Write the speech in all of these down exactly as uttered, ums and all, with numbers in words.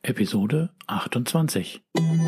Episode achtundzwanzig.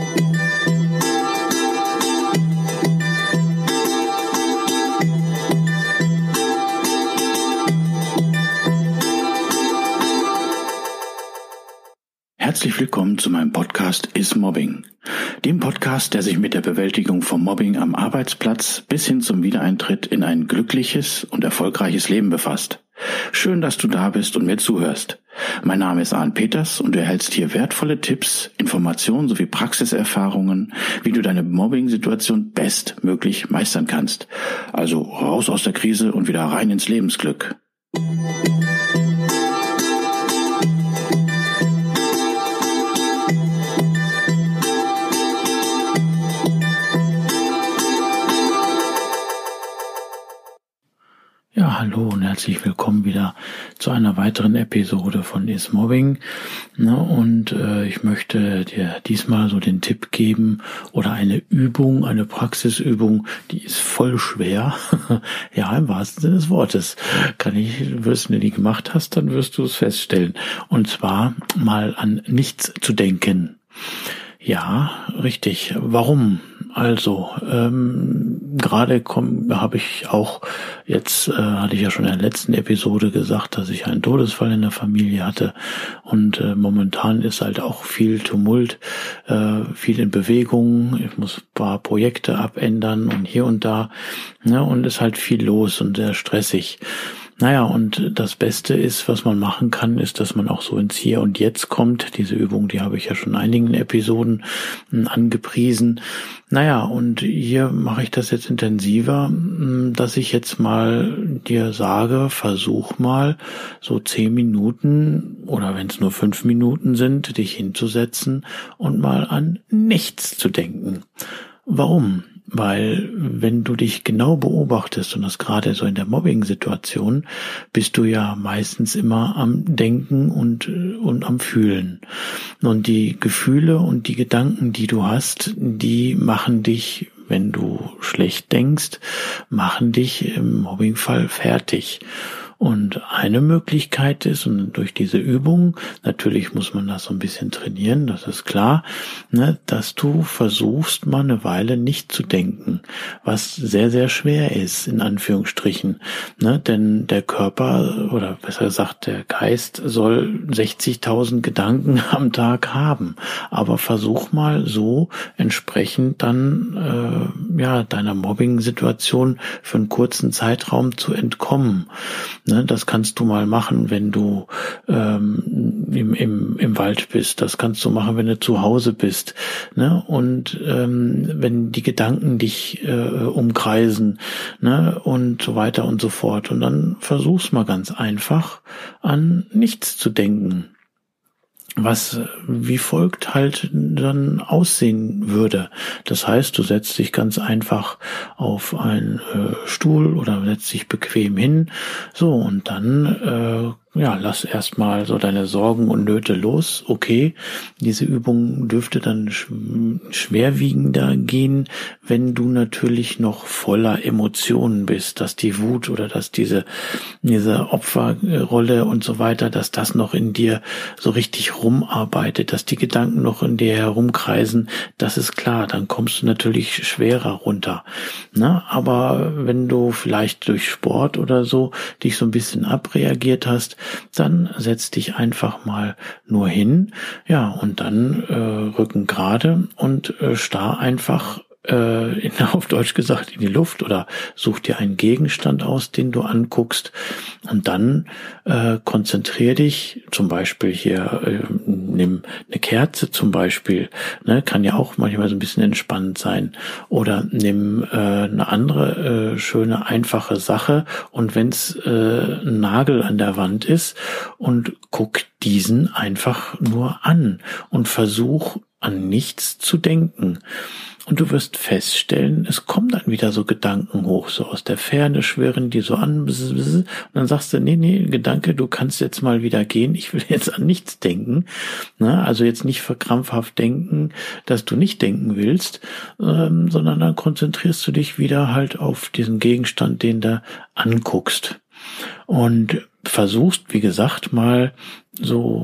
Herzlich willkommen zu meinem Podcast Is Mobbing, dem Podcast, der sich mit der Bewältigung von Mobbing am Arbeitsplatz bis hin zum Wiedereintritt in ein glückliches und erfolgreiches Leben befasst. Schön, dass du da bist und mir zuhörst. Mein Name ist Arne Peters und du erhältst hier wertvolle Tipps, Informationen sowie Praxiserfahrungen, wie du deine Mobbing-Situation bestmöglich meistern kannst. Also raus aus der Krise und wieder rein ins Lebensglück. Ja, hallo und herzlich willkommen wieder zu einer weiteren Episode von Is Mobbing. Na, und äh, ich möchte dir diesmal so den Tipp geben oder eine Übung, eine Praxisübung, die ist voll schwer. Ja, im wahrsten Sinne des Wortes. Kann ich, wirst du, wenn du die gemacht hast, dann wirst du es feststellen. Und zwar mal an nichts zu denken. Ja, richtig. Warum? Also, ähm, gerade habe ich auch, jetzt äh, hatte ich ja schon in der letzten Episode gesagt, dass ich einen Todesfall in der Familie hatte und äh, momentan ist halt auch viel Tumult, äh, viel in Bewegung. Ich muss ein paar Projekte abändern und hier und da, ne, und ist halt viel los und sehr stressig. Naja, und das Beste ist, was man machen kann, ist, dass man auch so ins Hier und Jetzt kommt. Diese Übung, die habe ich ja schon in einigen Episoden angepriesen. Naja, und hier mache ich das jetzt intensiver, dass ich jetzt mal dir sage, versuch mal so zehn Minuten oder wenn es nur fünf Minuten sind, dich hinzusetzen und mal an nichts zu denken. Warum? Weil wenn du dich genau beobachtest und das gerade so in der Mobbing-Situation, bist du ja meistens immer am Denken und und am Fühlen. Und die Gefühle und die Gedanken, die du hast, die machen dich, wenn du schlecht denkst, machen dich im Mobbing-Fall fertig. Und eine Möglichkeit ist, und durch diese Übung, natürlich muss man das so ein bisschen trainieren, das ist klar, ne, dass du versuchst, mal eine Weile nicht zu denken, was sehr, sehr schwer ist, in Anführungsstrichen, ne, denn der Körper, oder besser gesagt, der Geist soll sechzigtausend Gedanken am Tag haben, aber versuch mal so entsprechend dann, äh, ja, deiner Mobbing-Situation für einen kurzen Zeitraum zu entkommen. Das kannst du mal machen, wenn du ähm, im, im, im Wald bist. Das kannst du machen, wenn du zu Hause bist. Ne? Und ähm, wenn die Gedanken dich äh, umkreisen, ne? Und so weiter und so fort. Und dann versuch's mal ganz einfach, an nichts zu denken. Was wie folgt halt dann aussehen würde. Das heißt, du setzt dich ganz einfach auf einen äh, Stuhl oder setzt dich bequem hin, so, und dann äh, ja, lass erstmal so deine Sorgen und Nöte los. Okay, diese Übung dürfte dann sch- schwerwiegender gehen, wenn du natürlich noch voller Emotionen bist, dass die Wut oder dass diese diese Opferrolle und so weiter, dass das noch in dir so richtig rumarbeitet, dass die Gedanken noch in dir herumkreisen. Das ist klar, dann kommst du natürlich schwerer runter. Na, aber wenn du vielleicht durch Sport oder so dich so ein bisschen abreagiert hast, dann setz dich einfach mal nur hin, ja, und dann äh, Rücken gerade und äh, starr einfach äh, in, auf Deutsch gesagt in die Luft oder such dir einen Gegenstand aus, den du anguckst, und dann äh, konzentrier dich, zum Beispiel hier, äh, nimm eine Kerze zum Beispiel, ne, kann ja auch manchmal so ein bisschen entspannt sein, oder nimm äh, eine andere äh, schöne, einfache Sache, und wenn's äh, ein Nagel an der Wand ist, und guck diesen einfach nur an und versuch an nichts zu denken. Und du wirst feststellen, es kommen dann wieder so Gedanken hoch, so aus der Ferne schwirren die so an, und dann sagst du, nee, nee, Gedanke, du kannst jetzt mal wieder gehen, ich will jetzt an nichts denken. Na, also jetzt nicht verkrampfhaft denken, dass du nicht denken willst, ähm, sondern dann konzentrierst du dich wieder halt auf diesen Gegenstand, den du anguckst. Und versuchst, wie gesagt, mal so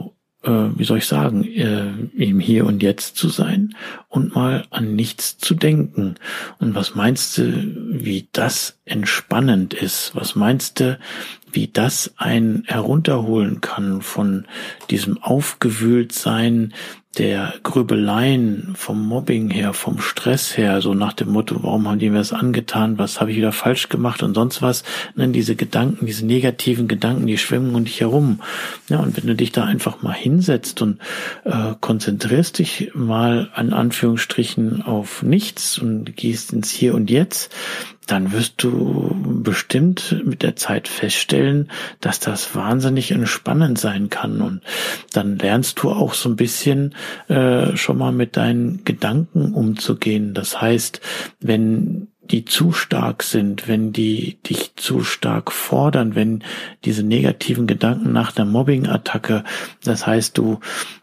äh, wie soll ich sagen, äh, im Hier und Jetzt zu sein und mal an nichts zu denken. Und was meinst du, wie das entspannend ist? Was meinst du, wie das einen herunterholen kann von diesem Aufgewühltsein der Grübeleien, vom Mobbing her, vom Stress her, so nach dem Motto, warum haben die mir das angetan, was habe ich wieder falsch gemacht und sonst was. Ne, diese Gedanken, diese negativen Gedanken, die schwimmen um dich herum. Ja, und wenn du dich da einfach mal hinsetzt und äh, konzentrierst dich mal an Anführungsstrichen auf nichts und gehst ins Hier und Jetzt, dann wirst du bestimmt mit der Zeit feststellen, dass das wahnsinnig entspannend sein kann. Und dann lernst du auch so ein bisschen äh, schon mal mit deinen Gedanken umzugehen. Das heißt, wenn die zu stark sind, wenn die dich zu stark fordern, wenn diese negativen Gedanken nach der Mobbing-Attacke, das heißt, du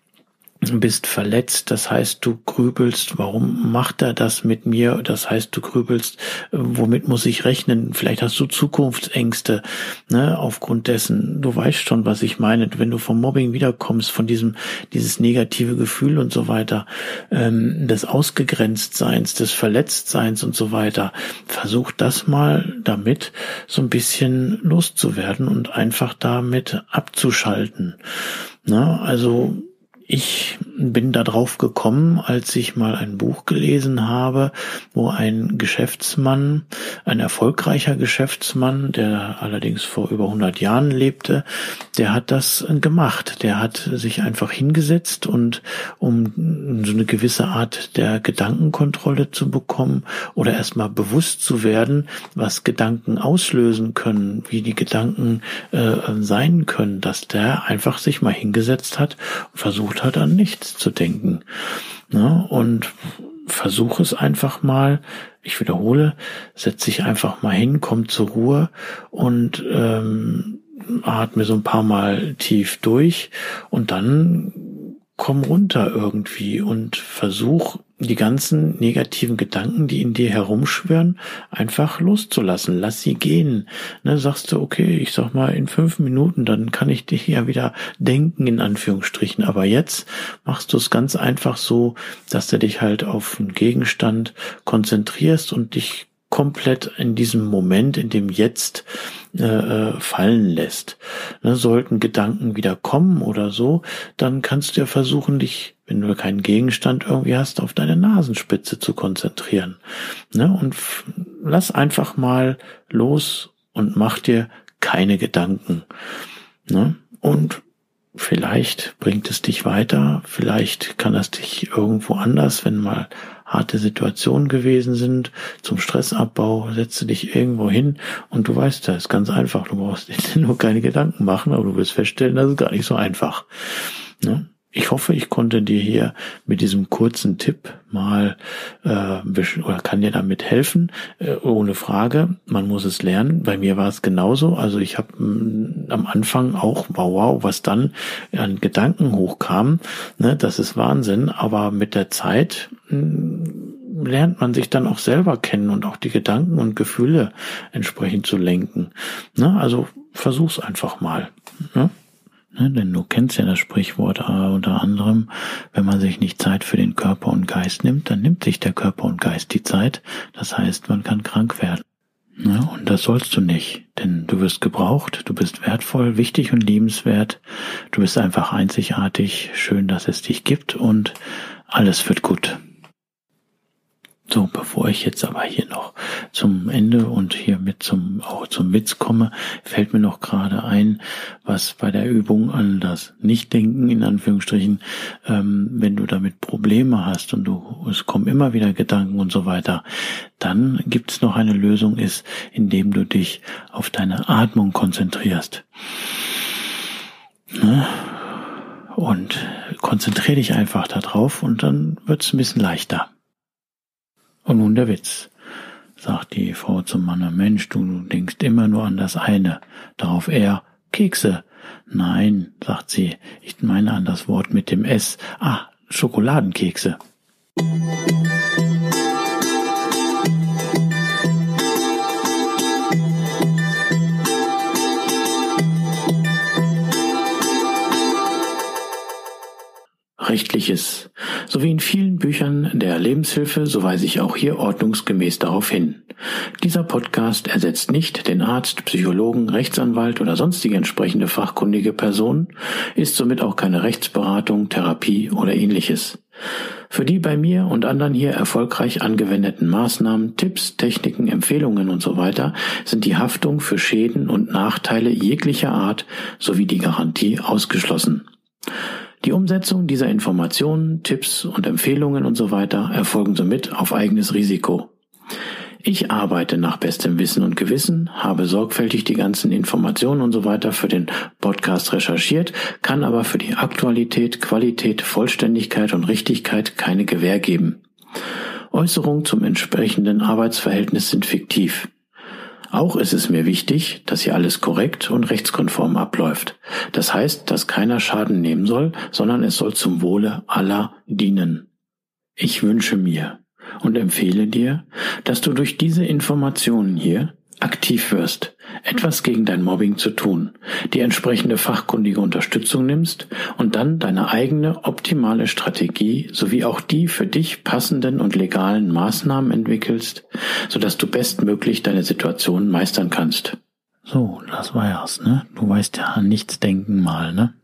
bist verletzt, das heißt, du grübelst, warum macht er das mit mir? Das heißt, du grübelst, womit muss ich rechnen? Vielleicht hast du Zukunftsängste, ne, aufgrund dessen. Du weißt schon, was ich meine. Wenn du vom Mobbing wiederkommst, von diesem, dieses negative Gefühl und so weiter, ähm, des Ausgegrenztseins, des Verletztseins und so weiter, versuch das mal damit so ein bisschen loszuwerden und einfach damit abzuschalten. Ne, also, ich bin da drauf gekommen, als ich mal ein Buch gelesen habe, wo ein Geschäftsmann, ein erfolgreicher Geschäftsmann, der allerdings vor über hundert Jahren lebte, der hat das gemacht. Der hat sich einfach hingesetzt und um so eine gewisse Art der Gedankenkontrolle zu bekommen oder erstmal bewusst zu werden, was Gedanken auslösen können, wie die Gedanken äh, sein können, dass der einfach sich mal hingesetzt hat und versucht hat, an nichts zu denken. Ja, und versuch es einfach mal, ich wiederhole, setz dich einfach mal hin, komm zur Ruhe und ähm, atme so ein paar Mal tief durch und dann komm runter irgendwie und versuch die ganzen negativen Gedanken, die in dir herumschwirren, einfach loszulassen. Lass sie gehen. Ne, sagst du, okay, ich sag mal in fünf Minuten, dann kann ich dich ja wieder denken, in Anführungsstrichen. Aber jetzt machst du es ganz einfach so, dass du dich halt auf einen Gegenstand konzentrierst und dich komplett in diesem Moment, in dem Jetzt äh, fallen lässt. Ne, sollten Gedanken wieder kommen oder so, dann kannst du ja versuchen, dich, wenn du keinen Gegenstand irgendwie hast, auf deine Nasenspitze zu konzentrieren. Ne, und f- lass einfach mal los und mach dir keine Gedanken. Ne, und vielleicht bringt es dich weiter, vielleicht kann es dich irgendwo anders, wenn mal harte Situationen gewesen sind, zum Stressabbau, setze dich irgendwo hin und du weißt, das ist ganz einfach, du brauchst dir nur keine Gedanken machen, aber du wirst feststellen, das ist gar nicht so einfach. Ne? Ich hoffe, ich konnte dir hier mit diesem kurzen Tipp mal äh, ein bisschen, oder kann dir damit helfen, äh, ohne Frage. Man muss es lernen. Bei mir war es genauso. Also ich habe am Anfang auch, wow, wow, was dann an Gedanken hochkam, ne, das ist Wahnsinn. Aber mit der Zeit mh, lernt man sich dann auch selber kennen und auch die Gedanken und Gefühle entsprechend zu lenken. Ne, also versuch's einfach mal. Ne? Ne, denn du kennst ja das Sprichwort äh, unter anderem, wenn man sich nicht Zeit für den Körper und Geist nimmt, dann nimmt sich der Körper und Geist die Zeit. Das heißt, man kann krank werden. Ne, und das sollst du nicht, denn du wirst gebraucht, du bist wertvoll, wichtig und liebenswert. Du bist einfach einzigartig, schön, dass es dich gibt und alles wird gut. So, bevor ich jetzt aber hier noch zum Ende und hier mit zum, auch zum Witz komme, fällt mir noch gerade ein, was bei der Übung an das Nichtdenken, in Anführungsstrichen, ähm, wenn du damit Probleme hast und du, es kommen immer wieder Gedanken und so weiter, dann gibt es noch eine Lösung, ist, indem du dich auf deine Atmung konzentrierst. Ne? Und konzentriere dich einfach darauf und dann wird es ein bisschen leichter. Und nun der Witz, sagt die Frau zum Mann, Mensch, du denkst immer nur an das eine. Darauf er, Kekse. Nein, sagt sie, ich meine an das Wort mit dem S. Ah, Schokoladenkekse. Rechtliches. So wie in vielen Büchern der Lebenshilfe, so weise ich auch hier ordnungsgemäß darauf hin. Dieser Podcast ersetzt nicht den Arzt, Psychologen, Rechtsanwalt oder sonstige entsprechende fachkundige Person, ist somit auch keine Rechtsberatung, Therapie oder ähnliches. Für die bei mir und anderen hier erfolgreich angewendeten Maßnahmen, Tipps, Techniken, Empfehlungen und so weiter sind die Haftung für Schäden und Nachteile jeglicher Art sowie die Garantie ausgeschlossen. Die Umsetzung dieser Informationen, Tipps und Empfehlungen und so weiter erfolgen somit auf eigenes Risiko. Ich arbeite nach bestem Wissen und Gewissen, habe sorgfältig die ganzen Informationen und so weiter für den Podcast recherchiert, kann aber für die Aktualität, Qualität, Vollständigkeit und Richtigkeit keine Gewähr geben. Äußerungen zum entsprechenden Arbeitsverhältnis sind fiktiv. Auch ist es mir wichtig, dass hier alles korrekt und rechtskonform abläuft. Das heißt, dass keiner Schaden nehmen soll, sondern es soll zum Wohle aller dienen. Ich wünsche mir und empfehle dir, dass du durch diese Informationen hier aktiv wirst, etwas gegen dein Mobbing zu tun, die entsprechende fachkundige Unterstützung nimmst und dann deine eigene optimale Strategie sowie auch die für dich passenden und legalen Maßnahmen entwickelst, sodass du bestmöglich deine Situation meistern kannst. So, das war erst, ne? Du weißt ja, an nichts denken mal, ne?